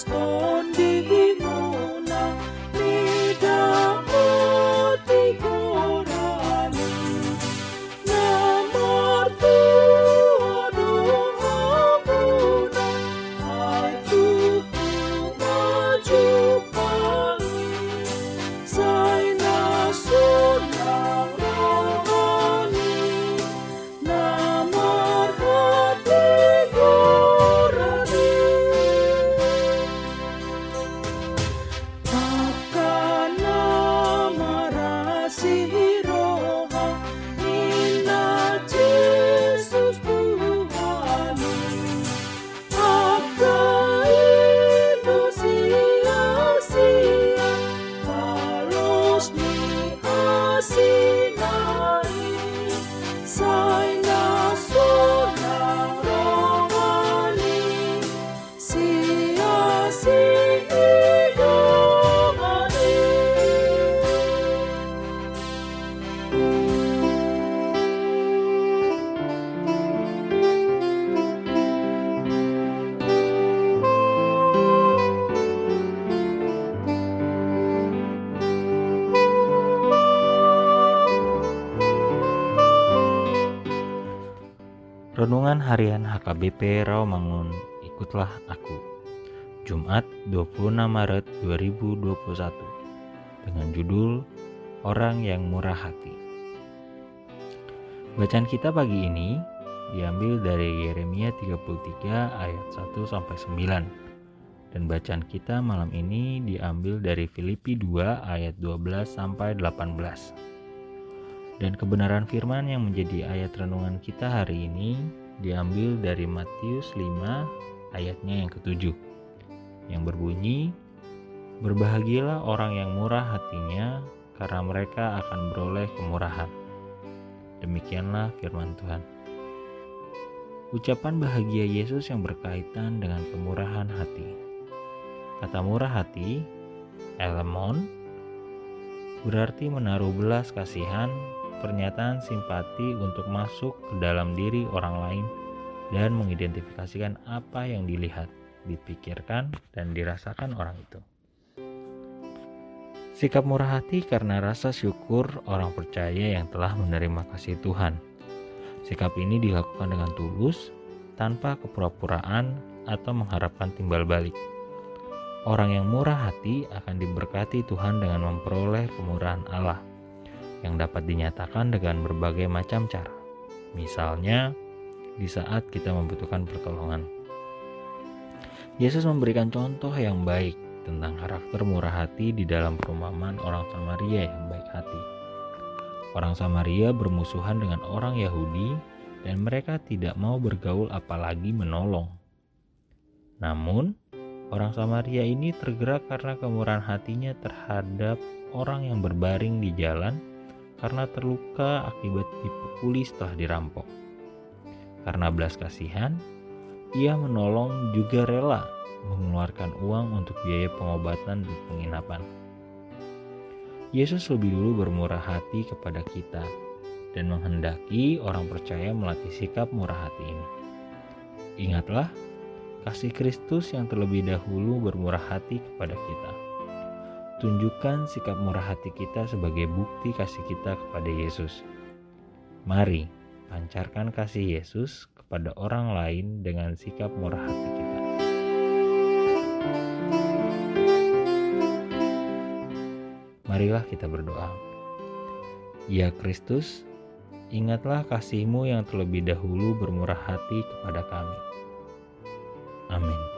Renungan Harian HKBP Rawamangun, ikutlah aku. Jumat 26 Maret 2021 dengan judul Orang yang Murah Hati. Bacaan kita pagi ini diambil dari Yeremia 33 ayat 1-9 dan bacaan kita malam ini diambil dari Filipi 2 ayat 12-18. Dan kebenaran firman yang menjadi ayat renungan kita hari ini diambil dari Matius 5 ayatnya yang ke-7 yang berbunyi, "Berbahagialah orang yang murah hatinya, karena mereka akan beroleh kemurahan." Demikianlah firman Tuhan. Ucapan bahagia Yesus yang berkaitan dengan kemurahan hati. Kata murah hati, elamon, berarti menaruh belas kasihan, pernyataan simpati untuk masuk ke dalam diri orang lain dan mengidentifikasikan apa yang dilihat, dipikirkan, dan dirasakan orang itu. Sikap murah hati karena rasa syukur orang percaya yang telah menerima kasih Tuhan. Sikap ini dilakukan dengan tulus, tanpa kepura-puraan atau mengharapkan timbal balik. Orang yang murah hati akan diberkati Tuhan dengan memperoleh kemurahan Allah yang dapat dinyatakan dengan berbagai macam cara. Misalnya, di saat kita membutuhkan pertolongan. Yesus memberikan contoh yang baik tentang karakter murah hati di dalam perumpamaan orang Samaria yang baik hati. Orang Samaria bermusuhan dengan orang Yahudi dan mereka tidak mau bergaul apalagi menolong. Namun, orang Samaria ini tergerak karena kemurahan hatinya terhadap orang yang berbaring di jalan karena terluka akibat dipukuli setelah dirampok. Karena belas kasihan, ia menolong juga rela mengeluarkan uang untuk biaya pengobatan dan penginapan. Yesus lebih dulu bermurah hati kepada kita dan menghendaki orang percaya melatih sikap murah hati ini. Ingatlah, kasih Kristus yang terlebih dahulu bermurah hati kepada kita. Tunjukkan sikap murah hati kita sebagai bukti kasih kita kepada Yesus. Mari pancarkan kasih Yesus kepada orang lain dengan sikap murah hati kita. Marilah kita berdoa. Ya Kristus, ingatlah kasih-Mu yang terlebih dahulu bermurah hati kepada kami. Amin.